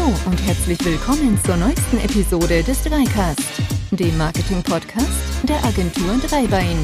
Hallo und herzlich willkommen zur neuesten Episode des Dreicast, dem Marketing-Podcast der Agentur Dreibein.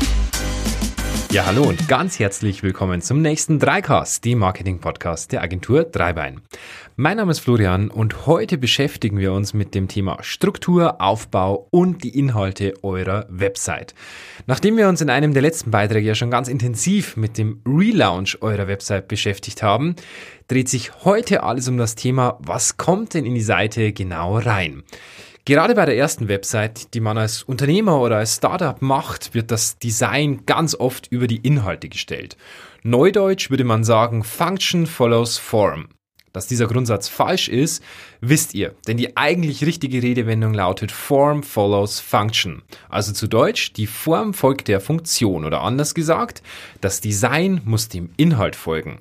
Ja, hallo und ganz herzlich willkommen zum nächsten Dreicast, dem Marketing-Podcast der Agentur Dreibein. Mein Name ist Florian und heute beschäftigen wir uns mit dem Thema Struktur, Aufbau und die Inhalte eurer Website. Nachdem wir uns in einem der letzten Beiträge ja schon ganz intensiv mit dem Relaunch eurer Website beschäftigt haben, dreht sich heute alles um das Thema, was kommt denn in die Seite genau rein? Gerade bei der ersten Website, die man als Unternehmer oder als Startup macht, wird das Design ganz oft über die Inhalte gestellt. Neudeutsch würde man sagen, Function follows Form. Dass dieser Grundsatz falsch ist, wisst ihr, denn die eigentlich richtige Redewendung lautet Form follows Function. Also zu Deutsch, die Form folgt der Funktion oder anders gesagt, das Design muss dem Inhalt folgen.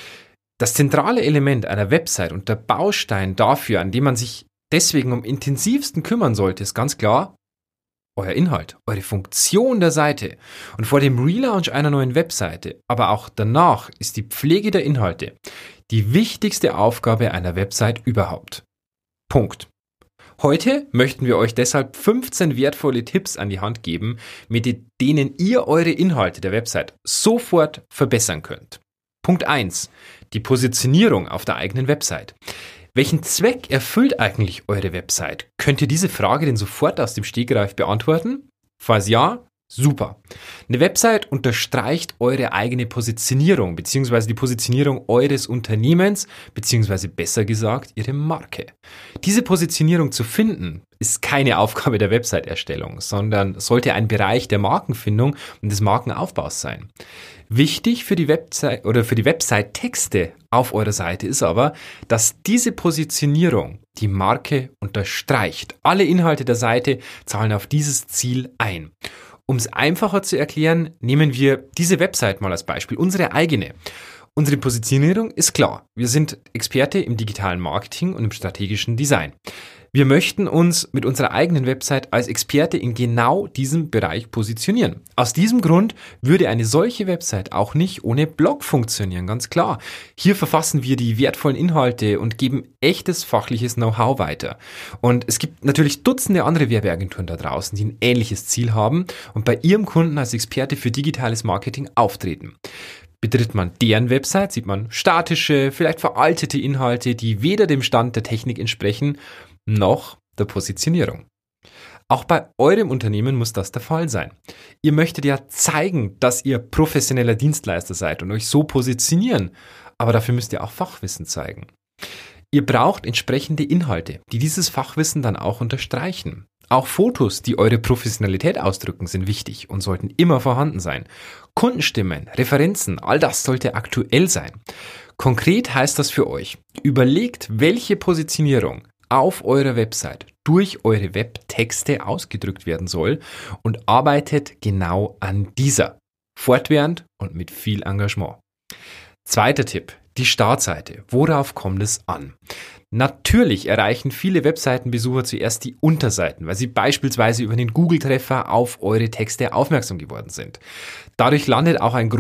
Das zentrale Element einer Website und der Baustein dafür, an dem man sich deswegen am intensivsten kümmern sollte, ist ganz klar euer Inhalt, eure Funktion der Seite. Und vor dem Relaunch einer neuen Webseite, aber auch danach, ist die Pflege der Inhalte die wichtigste Aufgabe einer Website überhaupt. Punkt. Heute möchten wir euch deshalb 15 wertvolle Tipps an die Hand geben, mit denen ihr eure Inhalte der Website sofort verbessern könnt. Punkt 1. Die Positionierung auf der eigenen Website. Welchen Zweck erfüllt eigentlich eure Website? Könnt ihr diese Frage denn sofort aus dem Stegreif beantworten? Falls ja, super. Eine Website unterstreicht eure eigene Positionierung bzw. die Positionierung eures Unternehmens bzw. besser gesagt ihre Marke. Diese Positionierung zu finden ist keine Aufgabe der Website-Erstellung, sondern sollte ein Bereich der Markenfindung und des Markenaufbaus sein. Wichtig für die Website oder für die Website-Texte auf eurer Seite ist aber, dass diese Positionierung die Marke unterstreicht. Alle Inhalte der Seite zahlen auf dieses Ziel ein. Um es einfacher zu erklären, nehmen wir diese Website mal als Beispiel, unsere eigene. Unsere Positionierung ist klar. Wir sind Experte im digitalen Marketing und im strategischen Design. Wir möchten uns mit unserer eigenen Website als Experte in genau diesem Bereich positionieren. Aus diesem Grund würde eine solche Website auch nicht ohne Blog funktionieren, ganz klar. Hier verfassen wir die wertvollen Inhalte und geben echtes fachliches Know-how weiter. Und es gibt natürlich Dutzende andere Werbeagenturen da draußen, die ein ähnliches Ziel haben und bei ihrem Kunden als Experte für digitales Marketing auftreten. Betritt man deren Website, sieht man statische, vielleicht veraltete Inhalte, die weder dem Stand der Technik entsprechen, noch der Positionierung. Auch bei eurem Unternehmen muss das der Fall sein. Ihr möchtet ja zeigen, dass ihr professioneller Dienstleister seid und euch so positionieren, aber dafür müsst ihr auch Fachwissen zeigen. Ihr braucht entsprechende Inhalte, die dieses Fachwissen dann auch unterstreichen. Auch Fotos, die eure Professionalität ausdrücken, sind wichtig und sollten immer vorhanden sein. Kundenstimmen, Referenzen, all das sollte aktuell sein. Konkret heißt das für euch: Überlegt, welche Positionierung auf eurer Website durch eure Webtexte ausgedrückt werden soll und arbeitet genau an dieser. Fortwährend und mit viel Engagement. Zweiter Tipp: die Startseite. Worauf kommt es an? Natürlich erreichen viele Webseitenbesucher zuerst die Unterseiten, weil sie beispielsweise über den Google-Treffer auf eure Texte aufmerksam geworden sind. Dadurch landet auch ein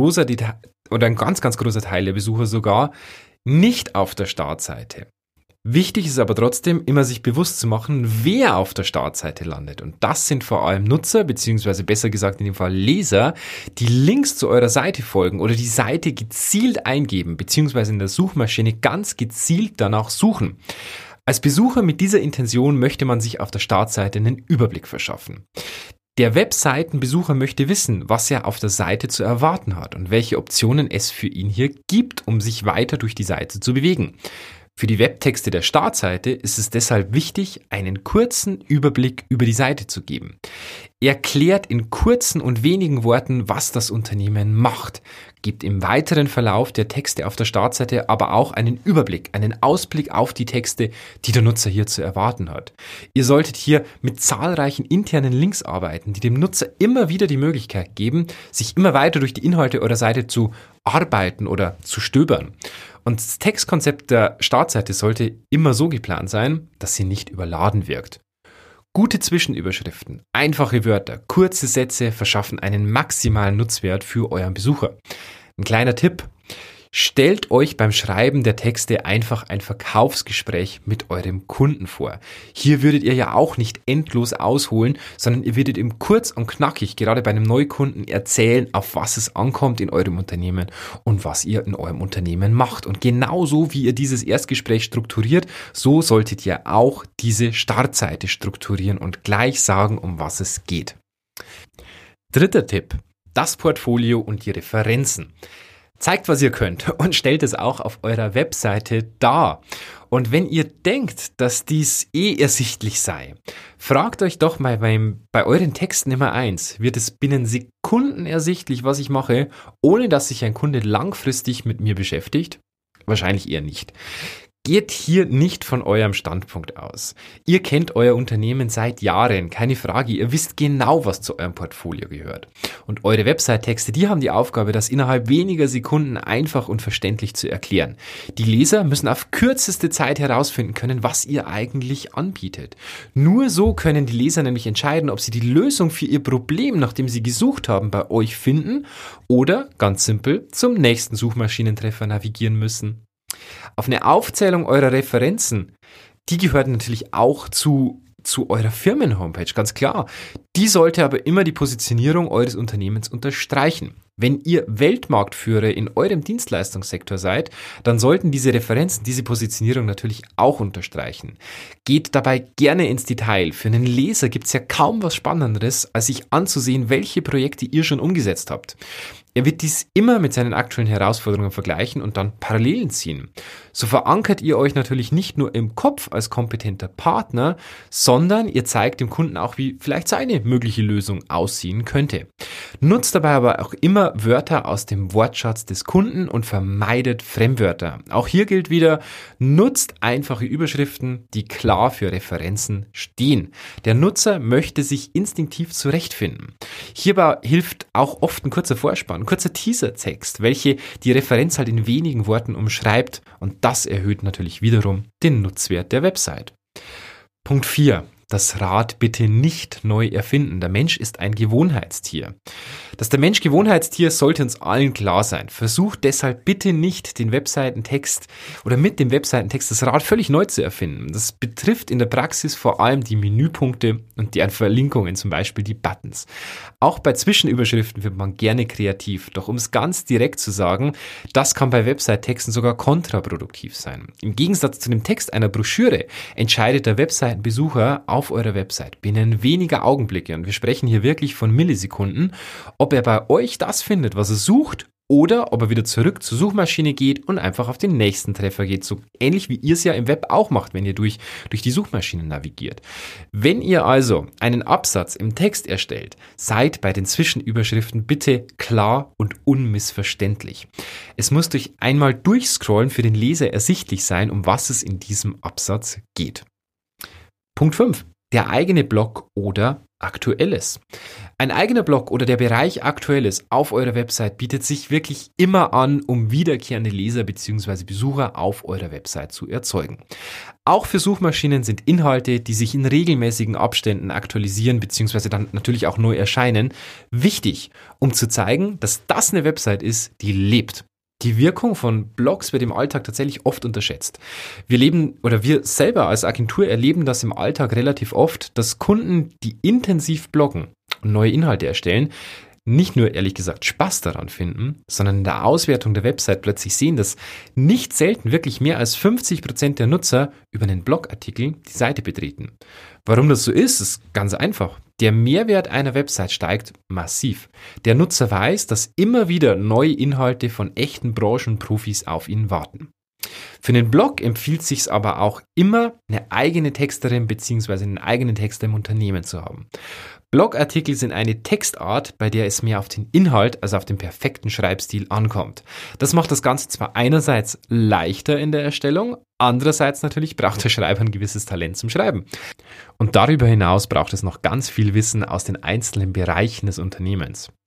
ganz großer Teil der Besucher sogar nicht auf der Startseite. Wichtig ist aber trotzdem, immer sich bewusst zu machen, wer auf der Startseite landet. Und das sind vor allem Nutzer, beziehungsweise besser gesagt in dem Fall Leser, die Links zu eurer Seite folgen oder die Seite gezielt eingeben, beziehungsweise in der Suchmaschine ganz gezielt danach suchen. Als Besucher mit dieser Intention möchte man sich auf der Startseite einen Überblick verschaffen. Der Webseitenbesucher möchte wissen, was er auf der Seite zu erwarten hat und welche Optionen es für ihn hier gibt, um sich weiter durch die Seite zu bewegen. Für die Webtexte der Startseite ist es deshalb wichtig, einen kurzen Überblick über die Seite zu geben. Erklärt in kurzen und wenigen Worten, was das Unternehmen macht, gibt im weiteren Verlauf der Texte auf der Startseite aber auch einen Überblick, einen Ausblick auf die Texte, die der Nutzer hier zu erwarten hat. Ihr solltet hier mit zahlreichen internen Links arbeiten, die dem Nutzer immer wieder die Möglichkeit geben, sich immer weiter durch die Inhalte eurer Seite zu arbeiten oder zu stöbern. Und das Textkonzept der Startseite sollte immer so geplant sein, dass sie nicht überladen wirkt. Gute Zwischenüberschriften, einfache Wörter, kurze Sätze verschaffen einen maximalen Nutzwert für euren Besucher. Ein kleiner Tipp: Stellt euch beim Schreiben der Texte einfach ein Verkaufsgespräch mit eurem Kunden vor. Hier würdet ihr ja auch nicht endlos ausholen, sondern ihr würdet ihm kurz und knackig, gerade bei einem Neukunden, erzählen, auf was es ankommt in eurem Unternehmen und was ihr in eurem Unternehmen macht. Und genauso wie ihr dieses Erstgespräch strukturiert, so solltet ihr auch diese Startseite strukturieren und gleich sagen, um was es geht. Dritter Tipp: das Portfolio und die Referenzen. Zeigt, was ihr könnt und stellt es auch auf eurer Webseite dar. Und wenn ihr denkt, dass dies ersichtlich sei, fragt euch doch mal bei euren Texten immer eins: Wird es binnen Sekunden ersichtlich, was ich mache, ohne dass sich ein Kunde langfristig mit mir beschäftigt? Wahrscheinlich eher nicht. Geht hier nicht von eurem Standpunkt aus. Ihr kennt euer Unternehmen seit Jahren, keine Frage. Ihr wisst genau, was zu eurem Portfolio gehört. Und eure Website-Texte, die haben die Aufgabe, das innerhalb weniger Sekunden einfach und verständlich zu erklären. Die Leser müssen auf kürzeste Zeit herausfinden können, was ihr eigentlich anbietet. Nur so können die Leser nämlich entscheiden, ob sie die Lösung für ihr Problem, nachdem sie gesucht haben, bei euch finden oder, ganz simpel, zum nächsten Suchmaschinentreffer navigieren müssen. Auf eine Aufzählung eurer Referenzen, die gehört natürlich auch zu eurer Firmen-Homepage, ganz klar. Die sollte aber immer die Positionierung eures Unternehmens unterstreichen. Wenn ihr Weltmarktführer in eurem Dienstleistungssektor seid, dann sollten diese Referenzen, diese Positionierung natürlich auch unterstreichen. Geht dabei gerne ins Detail. Für einen Leser gibt es ja kaum was Spannenderes, als sich anzusehen, welche Projekte ihr schon umgesetzt habt. Er wird dies immer mit seinen aktuellen Herausforderungen vergleichen und dann Parallelen ziehen. So verankert ihr euch natürlich nicht nur im Kopf als kompetenter Partner, sondern ihr zeigt dem Kunden auch, wie vielleicht seine mögliche Lösung aussehen könnte. Nutzt dabei aber auch immer Wörter aus dem Wortschatz des Kunden und vermeidet Fremdwörter. Auch hier gilt wieder: nutzt einfache Überschriften, die klar für Referenzen stehen. Der Nutzer möchte sich instinktiv zurechtfinden. Hierbei hilft auch oft ein kurzer Vorspann, ein kurzer Teasertext, welche die Referenz halt in wenigen Worten umschreibt, und das erhöht natürlich wiederum den Nutzwert der Website. Punkt 4. Das Rad bitte nicht neu erfinden. Der Mensch ist ein Gewohnheitstier. Dass der Mensch Gewohnheitstier ist, sollte uns allen klar sein. Versucht deshalb bitte nicht, den Webseitentext oder mit dem Webseitentext das Rad völlig neu zu erfinden. Das betrifft in der Praxis vor allem die Menüpunkte und die Verlinkungen, zum Beispiel die Buttons. Auch bei Zwischenüberschriften wird man gerne kreativ. Doch um es ganz direkt zu sagen, das kann bei Website-Texten sogar kontraproduktiv sein. Im Gegensatz zu dem Text einer Broschüre entscheidet der Webseitenbesucher auf eurer Website binnen weniger Augenblicke, und wir sprechen hier wirklich von Millisekunden, ob er bei euch das findet, was er sucht, oder ob er wieder zurück zur Suchmaschine geht und einfach auf den nächsten Treffer geht. So ähnlich wie ihr es ja im Web auch macht, wenn ihr durch die Suchmaschine navigiert. Wenn ihr also einen Absatz im Text erstellt, seid bei den Zwischenüberschriften bitte klar und unmissverständlich. Es muss durch einmal durchscrollen für den Leser ersichtlich sein, um was es in diesem Absatz geht. Punkt 5. Der eigene Blog oder Aktuelles. Ein eigener Blog oder der Bereich Aktuelles auf eurer Website bietet sich wirklich immer an, um wiederkehrende Leser bzw. Besucher auf eurer Website zu erzeugen. Auch für Suchmaschinen sind Inhalte, die sich in regelmäßigen Abständen aktualisieren bzw. dann natürlich auch neu erscheinen, wichtig, um zu zeigen, dass das eine Website ist, die lebt. Die Wirkung von Blogs wird im Alltag tatsächlich oft unterschätzt. Wir selber als Agentur erleben das im Alltag relativ oft, dass Kunden, die intensiv bloggen und neue Inhalte erstellen, nicht nur ehrlich gesagt Spaß daran finden, sondern in der Auswertung der Website plötzlich sehen, dass nicht selten wirklich mehr als 50% der Nutzer über einen Blogartikel die Seite betreten. Warum das so ist ganz einfach. Der Mehrwert einer Website steigt massiv. Der Nutzer weiß, dass immer wieder neue Inhalte von echten Branchenprofis auf ihn warten. Für einen Blog empfiehlt es sich aber auch immer, eine eigene Texterin bzw. einen eigenen Texter im Unternehmen zu haben. Blogartikel sind eine Textart, bei der es mehr auf den Inhalt als auf den perfekten Schreibstil ankommt. Das macht das Ganze zwar einerseits leichter in der Erstellung, andererseits natürlich braucht der Schreiber ein gewisses Talent zum Schreiben. Und darüber hinaus braucht es noch ganz viel Wissen aus den einzelnen Bereichen des Unternehmens.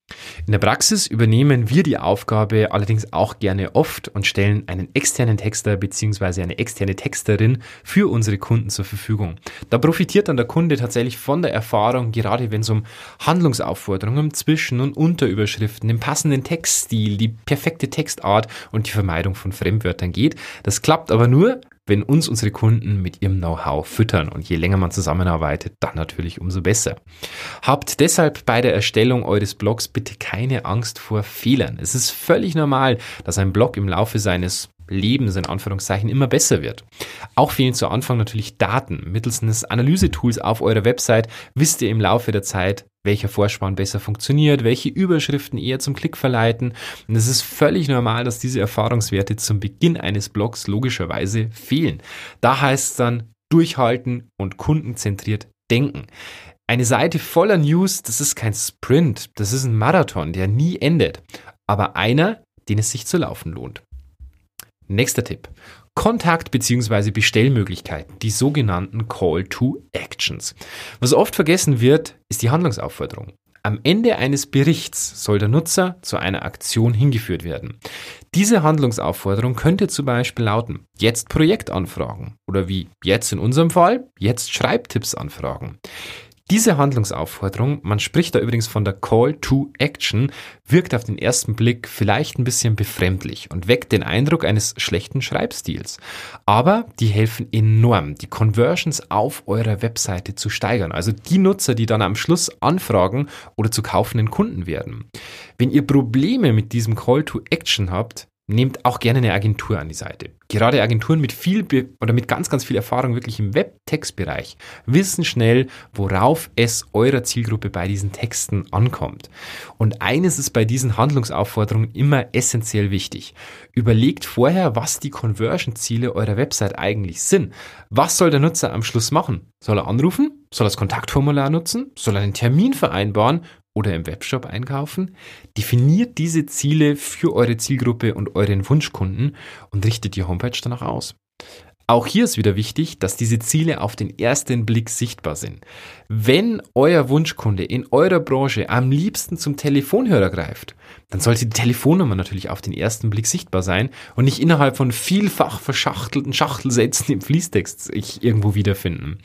In der Praxis übernehmen wir die Aufgabe allerdings auch gerne oft und stellen einen externen Texter bzw. eine externe Texterin für unsere Kunden zur Verfügung. Da profitiert dann der Kunde tatsächlich von der Erfahrung, gerade wenn es um Handlungsaufforderungen, Zwischen- und Unterüberschriften, den passenden Textstil, die perfekte Textart und die Vermeidung von Fremdwörtern geht. Das klappt aber nur, wenn uns unsere Kunden mit ihrem Know-how füttern, und je länger man zusammenarbeitet, dann natürlich umso besser. Habt deshalb bei der Erstellung eures Blogs bitte keine Angst vor Fehlern. Es ist völlig normal, dass ein Blog im Laufe seines Lebens in Anführungszeichen immer besser wird. Auch fehlen zu Anfang natürlich Daten. Mittels eines Analysetools auf eurer Website wisst ihr im Laufe der Zeit, welcher Vorspann besser funktioniert, welche Überschriften eher zum Klick verleiten. Und es ist völlig normal, dass diese Erfahrungswerte zum Beginn eines Blogs logischerweise fehlen. Da heißt es dann durchhalten und kundenzentriert denken. Eine Seite voller News, das ist kein Sprint, das ist ein Marathon, der nie endet, aber einer, den es sich zu laufen lohnt. Nächster Tipp. Kontakt- bzw. Bestellmöglichkeiten, die sogenannten Call to Actions. Was oft vergessen wird, ist die Handlungsaufforderung. Am Ende eines Berichts soll der Nutzer zu einer Aktion hingeführt werden. Diese Handlungsaufforderung könnte zum Beispiel lauten, jetzt Projektanfragen oder wie jetzt in unserem Fall, jetzt Schreibtipps anfragen. Diese Handlungsaufforderung, man spricht da übrigens von der Call to Action, wirkt auf den ersten Blick vielleicht ein bisschen befremdlich und weckt den Eindruck eines schlechten Schreibstils. Aber die helfen enorm, die Conversions auf eurer Webseite zu steigern. Also die Nutzer, die dann am Schluss anfragen oder zu kaufenden Kunden werden. Wenn ihr Probleme mit diesem Call to Action habt, nehmt auch gerne eine Agentur an die Seite. Gerade Agenturen mit mit ganz, ganz viel Erfahrung wirklich im Webtextbereich wissen schnell, worauf es eurer Zielgruppe bei diesen Texten ankommt. Und eines ist bei diesen Handlungsaufforderungen immer essentiell wichtig. Überlegt vorher, was die Conversion-Ziele eurer Website eigentlich sind. Was soll der Nutzer am Schluss machen? Soll er anrufen? Soll er das Kontaktformular nutzen? Soll er einen Termin vereinbaren? Oder im Webshop einkaufen? Definiert diese Ziele für eure Zielgruppe und euren Wunschkunden und richtet die Homepage danach aus. Auch hier ist wieder wichtig, dass diese Ziele auf den ersten Blick sichtbar sind. Wenn euer Wunschkunde in eurer Branche am liebsten zum Telefonhörer greift, dann sollte die Telefonnummer natürlich auf den ersten Blick sichtbar sein und nicht innerhalb von vielfach verschachtelten Schachtelsätzen im Fließtext sich irgendwo wiederfinden.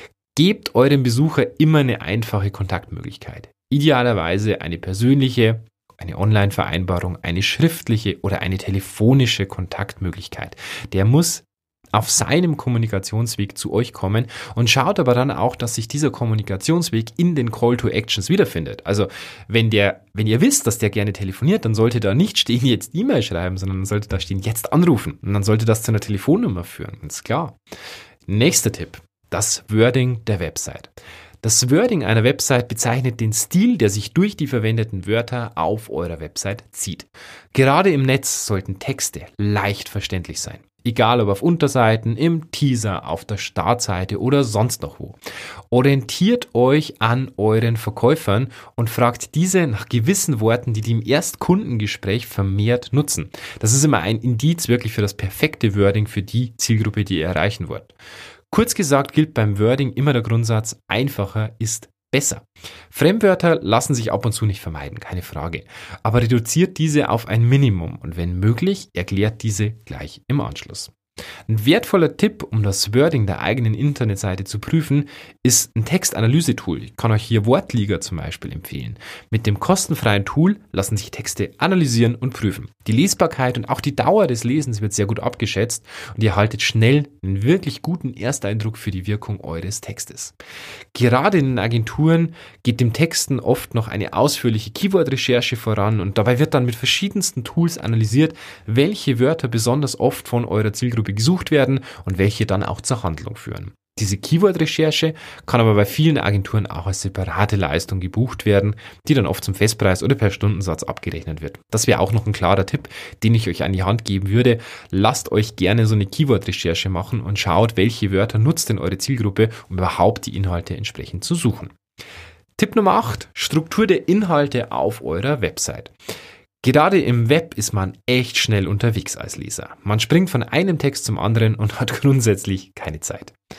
Gebt eurem Besucher immer eine einfache Kontaktmöglichkeit. Idealerweise eine persönliche, eine Online-Vereinbarung, eine schriftliche oder eine telefonische Kontaktmöglichkeit. Der muss auf seinem Kommunikationsweg zu euch kommen und schaut aber dann auch, dass sich dieser Kommunikationsweg in den Call to Actions wiederfindet. Also wenn ihr wisst, dass der gerne telefoniert, dann sollte da nicht stehen, jetzt E-Mail schreiben, sondern dann sollte da stehen, jetzt anrufen. Und dann sollte das zu einer Telefonnummer führen. Ist klar. Nächster Tipp. Das Wording der Website. Das Wording einer Website bezeichnet den Stil, der sich durch die verwendeten Wörter auf eurer Website zieht. Gerade im Netz sollten Texte leicht verständlich sein. Egal ob auf Unterseiten, im Teaser, auf der Startseite oder sonst noch wo. Orientiert euch an euren Verkäufern und fragt diese nach gewissen Worten, die im Erstkundengespräch vermehrt nutzen. Das ist immer ein Indiz wirklich für das perfekte Wording für die Zielgruppe, die ihr erreichen wollt. Kurz gesagt gilt beim Wording immer der Grundsatz, einfacher ist besser. Fremdwörter lassen sich ab und zu nicht vermeiden, keine Frage. Aber reduziert diese auf ein Minimum und wenn möglich, erklärt diese gleich im Anschluss. Ein wertvoller Tipp, um das Wording der eigenen Internetseite zu prüfen, ist ein Textanalyse-Tool. Ich kann euch hier Wortliga zum Beispiel empfehlen. Mit dem kostenfreien Tool lassen sich Texte analysieren und prüfen. Die Lesbarkeit und auch die Dauer des Lesens wird sehr gut abgeschätzt und ihr erhaltet schnell einen wirklich guten Ersteindruck für die Wirkung eures Textes. Gerade in den Agenturen geht dem Texten oft noch eine ausführliche Keyword-Recherche voran und dabei wird dann mit verschiedensten Tools analysiert, welche Wörter besonders oft von eurer Zielgruppe gesucht werden und welche dann auch zur Handlung führen. Diese Keyword-Recherche kann aber bei vielen Agenturen auch als separate Leistung gebucht werden, die dann oft zum Festpreis oder per Stundensatz abgerechnet wird. Das wäre auch noch ein klarer Tipp, den ich euch an die Hand geben würde. Lasst euch gerne so eine Keyword-Recherche machen und schaut, welche Wörter nutzt denn eure Zielgruppe, um überhaupt die Inhalte entsprechend zu suchen. Tipp Nummer 8. Struktur der Inhalte auf eurer Website. Gerade im Web ist man echt schnell unterwegs als Leser. Man springt von einem Text zum anderen und hat grundsätzlich keine Zeit.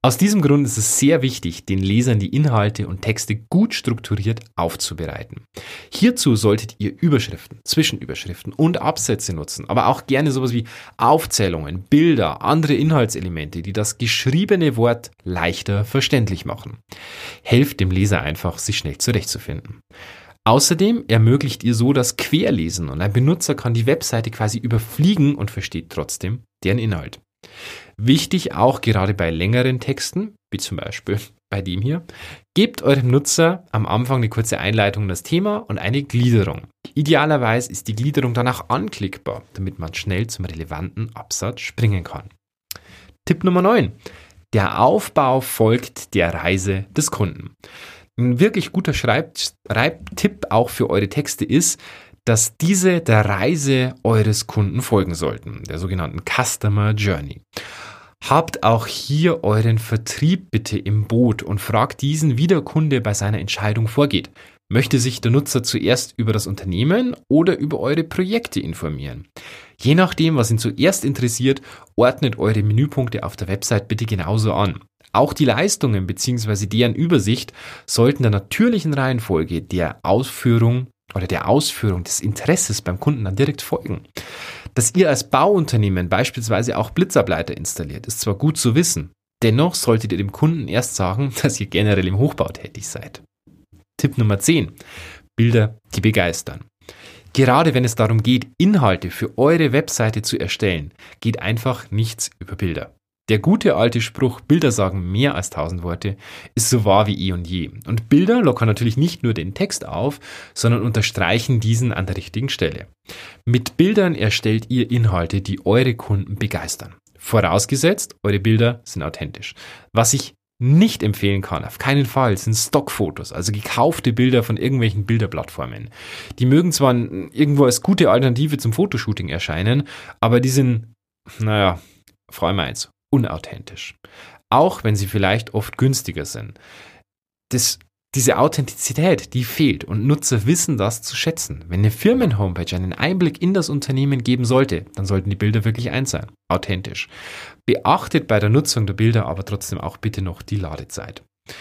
Aus diesem Grund ist es sehr wichtig, den Lesern die Inhalte und Texte gut strukturiert aufzubereiten. Hierzu solltet ihr Überschriften, Zwischenüberschriften und Absätze nutzen, aber auch gerne sowas wie Aufzählungen, Bilder, andere Inhaltselemente, die das geschriebene Wort leichter verständlich machen. Helft dem Leser einfach, sich schnell zurechtzufinden. Außerdem ermöglicht ihr so das Querlesen und ein Benutzer kann die Webseite quasi überfliegen und versteht trotzdem deren Inhalt. Wichtig auch gerade bei längeren Texten, wie zum Beispiel bei dem hier, gebt eurem Nutzer am Anfang eine kurze Einleitung in das Thema und eine Gliederung. Idealerweise ist die Gliederung danach anklickbar, damit man schnell zum relevanten Absatz springen kann. Tipp Nummer 9. Der Aufbau folgt der Reise des Kunden. Ein wirklich guter Schreibtipp auch für eure Texte ist, dass diese der Reise eures Kunden folgen sollten, der sogenannten Customer Journey. Habt auch hier euren Vertrieb bitte im Boot und fragt diesen, wie der Kunde bei seiner Entscheidung vorgeht. Möchte sich der Nutzer zuerst über das Unternehmen oder über eure Projekte informieren? Je nachdem, was ihn zuerst interessiert, ordnet eure Menüpunkte auf der Website bitte genauso an. Auch die Leistungen bzw. deren Übersicht sollten der natürlichen Reihenfolge der Ausführung des Interesses beim Kunden dann direkt folgen. Dass ihr als Bauunternehmen beispielsweise auch Blitzableiter installiert, ist zwar gut zu wissen, dennoch solltet ihr dem Kunden erst sagen, dass ihr generell im Hochbau tätig seid. Tipp Nummer 10. Bilder, die begeistern. Gerade wenn es darum geht, Inhalte für eure Webseite zu erstellen, geht einfach nichts über Bilder. Der gute alte Spruch, Bilder sagen mehr als 1000 Worte, ist so wahr wie eh und je. Und Bilder lockern natürlich nicht nur den Text auf, sondern unterstreichen diesen an der richtigen Stelle. Mit Bildern erstellt ihr Inhalte, die eure Kunden begeistern. Vorausgesetzt, eure Bilder sind authentisch. Was ich nicht empfehlen kann, auf keinen Fall, sind Stockfotos, also gekaufte Bilder von irgendwelchen Bilderplattformen. Die mögen zwar irgendwo als gute Alternative zum Fotoshooting erscheinen, aber die sind, vor allem eins, unauthentisch. Auch wenn sie vielleicht oft günstiger sind. Diese Authentizität, die fehlt und Nutzer wissen das zu schätzen. Wenn eine Firmenhomepage einen Einblick in das Unternehmen geben sollte, dann sollten die Bilder wirklich eins sein, authentisch. Beachtet bei der Nutzung der Bilder aber trotzdem auch bitte noch die Ladezeit.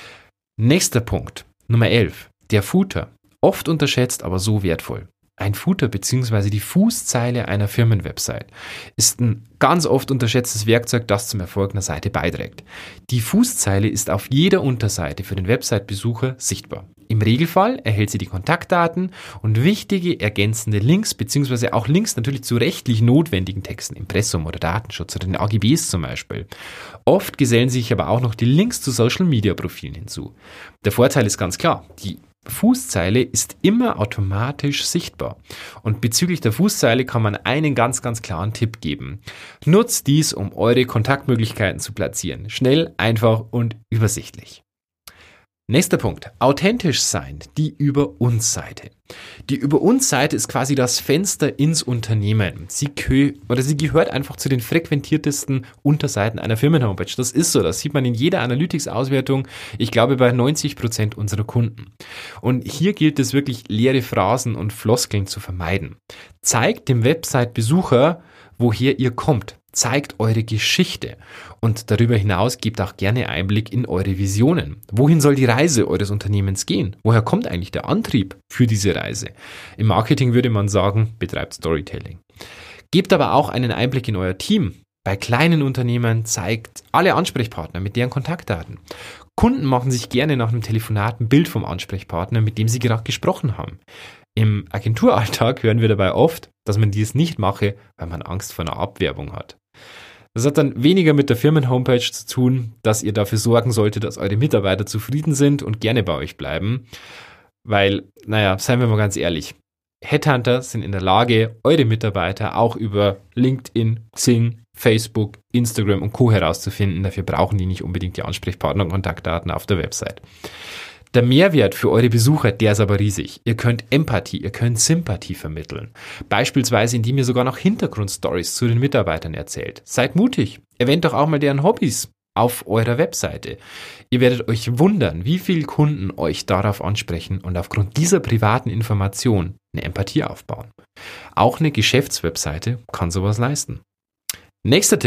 Nächster Punkt, Nummer 11, der Footer. Oft unterschätzt, aber so wertvoll. Ein Footer bzw. die Fußzeile einer Firmenwebsite ist ein ganz oft unterschätztes Werkzeug, das zum Erfolg einer Seite beiträgt. Die Fußzeile ist auf jeder Unterseite für den Website-Besucher sichtbar. Im Regelfall erhält sie die Kontaktdaten und wichtige ergänzende Links bzw. auch Links natürlich zu rechtlich notwendigen Texten, Impressum oder Datenschutz oder den AGBs zum Beispiel. Oft gesellen sich aber auch noch die Links zu Social-Media-Profilen hinzu. Der Vorteil ist ganz klar, die Fußzeile ist immer automatisch sichtbar. Und bezüglich der Fußzeile kann man einen ganz, ganz klaren Tipp geben. Nutzt dies, um eure Kontaktmöglichkeiten zu platzieren. Schnell, einfach und übersichtlich. Nächster Punkt. Authentisch sein. Die Über-uns-Seite. Die Über-uns-Seite ist quasi das Fenster ins Unternehmen. Sie gehört einfach zu den frequentiertesten Unterseiten einer Firmenhomepage. Das ist so. Das sieht man in jeder Analytics-Auswertung. Ich glaube bei 90% unserer Kunden. Und hier gilt es wirklich, leere Phrasen und Floskeln zu vermeiden. Zeigt dem Website-Besucher, woher ihr kommt. Zeigt eure Geschichte und darüber hinaus gebt auch gerne Einblick in eure Visionen. Wohin soll die Reise eures Unternehmens gehen? Woher kommt eigentlich der Antrieb für diese Reise? Im Marketing würde man sagen, betreibt Storytelling. Gebt aber auch einen Einblick in euer Team. Bei kleinen Unternehmen zeigt alle Ansprechpartner mit deren Kontaktdaten. Kunden machen sich gerne nach einem Telefonat ein Bild vom Ansprechpartner, mit dem sie gerade gesprochen haben. Im Agenturalltag hören wir dabei oft, dass man dies nicht mache, weil man Angst vor einer Abwerbung hat. Das hat dann weniger mit der Firmenhomepage zu tun, dass ihr dafür sorgen solltet, dass eure Mitarbeiter zufrieden sind und gerne bei euch bleiben. Weil, seien wir mal ganz ehrlich, Headhunter sind in der Lage, eure Mitarbeiter auch über LinkedIn, Xing, Facebook, Instagram und Co. herauszufinden. Dafür brauchen die nicht unbedingt die Ansprechpartner und Kontaktdaten auf der Website. Der Mehrwert für eure Besucher, der ist aber riesig. Ihr könnt Empathie, ihr könnt Sympathie vermitteln. Beispielsweise, indem ihr sogar noch Hintergrundstories zu den Mitarbeitern erzählt. Seid mutig. Erwähnt doch auch mal deren Hobbys auf eurer Webseite. Ihr werdet euch wundern, wie viele Kunden euch darauf ansprechen und aufgrund dieser privaten Information eine Empathie aufbauen. Auch eine Geschäftswebseite kann sowas leisten. Nächster Tipp.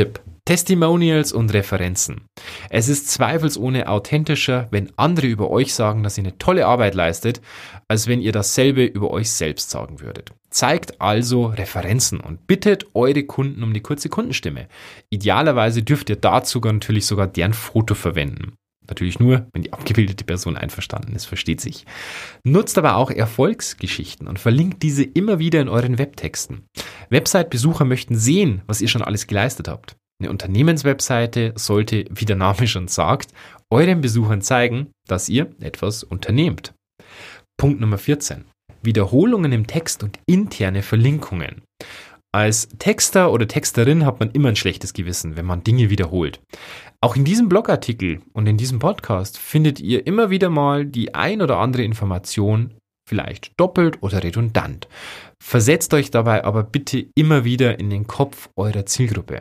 Testimonials und Referenzen. Es ist zweifelsohne authentischer, wenn andere über euch sagen, dass ihr eine tolle Arbeit leistet, als wenn ihr dasselbe über euch selbst sagen würdet. Zeigt also Referenzen und bittet eure Kunden um die kurze Kundenstimme. Idealerweise dürft ihr dazu natürlich sogar deren Foto verwenden. Natürlich nur, wenn die abgebildete Person einverstanden ist, versteht sich. Nutzt aber auch Erfolgsgeschichten und verlinkt diese immer wieder in euren Webtexten. Website-Besucher möchten sehen, was ihr schon alles geleistet habt. Eine Unternehmenswebseite sollte, wie der Name schon sagt, euren Besuchern zeigen, dass ihr etwas unternehmt. Punkt Nummer 14. Wiederholungen im Text und interne Verlinkungen. Als Texter oder Texterin hat man immer ein schlechtes Gewissen, wenn man Dinge wiederholt. Auch in diesem Blogartikel und in diesem Podcast findet ihr immer wieder mal die ein oder andere Information, vielleicht doppelt oder redundant. Versetzt euch dabei aber bitte immer wieder in den Kopf eurer Zielgruppe.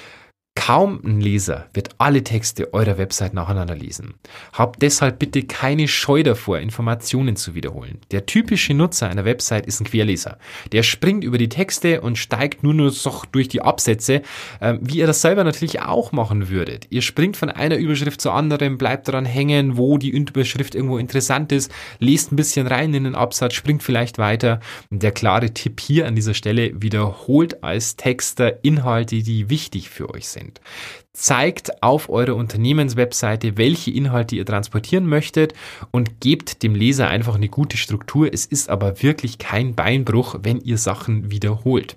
Kaum ein Leser wird alle Texte eurer Website nacheinander lesen. Habt deshalb bitte keine Scheu davor, Informationen zu wiederholen. Der typische Nutzer einer Website ist ein Querleser. Der springt über die Texte und steigt nur so durch die Absätze, wie ihr das selber natürlich auch machen würdet. Ihr springt von einer Überschrift zur anderen, bleibt daran hängen, wo die Überschrift irgendwo interessant ist, lest ein bisschen rein in den Absatz, springt vielleicht weiter. Und der klare Tipp hier an dieser Stelle: wiederholt als Texter Inhalte, die wichtig für euch sind. Zeigt auf eurer Unternehmenswebseite, welche Inhalte ihr transportieren möchtet und gebt dem Leser einfach eine gute Struktur. Es ist aber wirklich kein Beinbruch, wenn ihr Sachen wiederholt.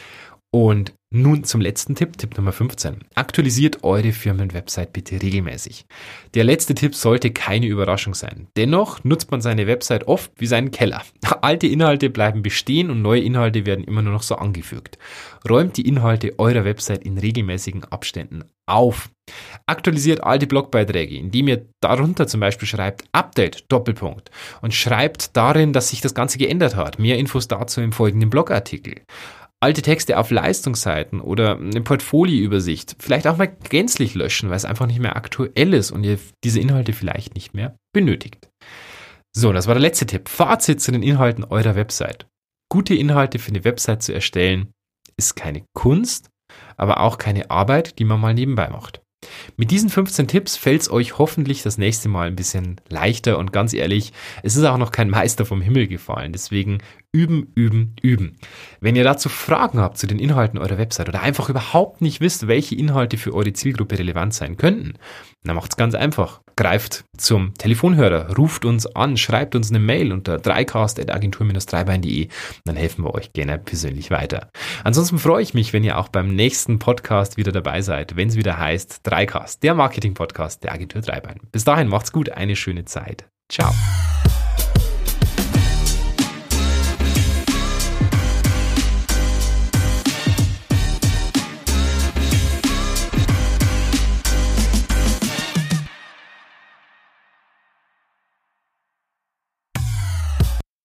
Und nun zum letzten Tipp, Tipp Nummer 15. Aktualisiert eure Firmenwebsite bitte regelmäßig. Der letzte Tipp sollte keine Überraschung sein. Dennoch nutzt man seine Website oft wie seinen Keller. Alte Inhalte bleiben bestehen und neue Inhalte werden immer nur noch so angefügt. Räumt die Inhalte eurer Website in regelmäßigen Abständen auf. Aktualisiert alte Blogbeiträge, indem ihr darunter zum Beispiel schreibt Update, Doppelpunkt, und schreibt darin, dass sich das Ganze geändert hat. Mehr Infos dazu im folgenden Blogartikel. Alte Texte auf Leistungsseiten oder eine Portfolioübersicht vielleicht auch mal gänzlich löschen, weil es einfach nicht mehr aktuell ist und ihr diese Inhalte vielleicht nicht mehr benötigt. So, das war der letzte Tipp. Fazit zu den Inhalten eurer Website. Gute Inhalte für eine Website zu erstellen ist keine Kunst, aber auch keine Arbeit, die man mal nebenbei macht. Mit diesen 15 Tipps fällt es euch hoffentlich das nächste Mal ein bisschen leichter und ganz ehrlich, es ist auch noch kein Meister vom Himmel gefallen, deswegen üben, üben, üben. Wenn ihr dazu Fragen habt zu den Inhalten eurer Website oder einfach überhaupt nicht wisst, welche Inhalte für eure Zielgruppe relevant sein könnten, dann macht's ganz einfach. Greift zum Telefonhörer, ruft uns an, schreibt uns eine Mail unter 3cast@agentur-dreibein.de, dann helfen wir euch gerne persönlich weiter. Ansonsten freue ich mich, wenn ihr auch beim nächsten Podcast wieder dabei seid, wenn es wieder heißt 3cast, der Marketing-Podcast der Agentur Dreibein. Bis dahin macht's gut, eine schöne Zeit. Ciao.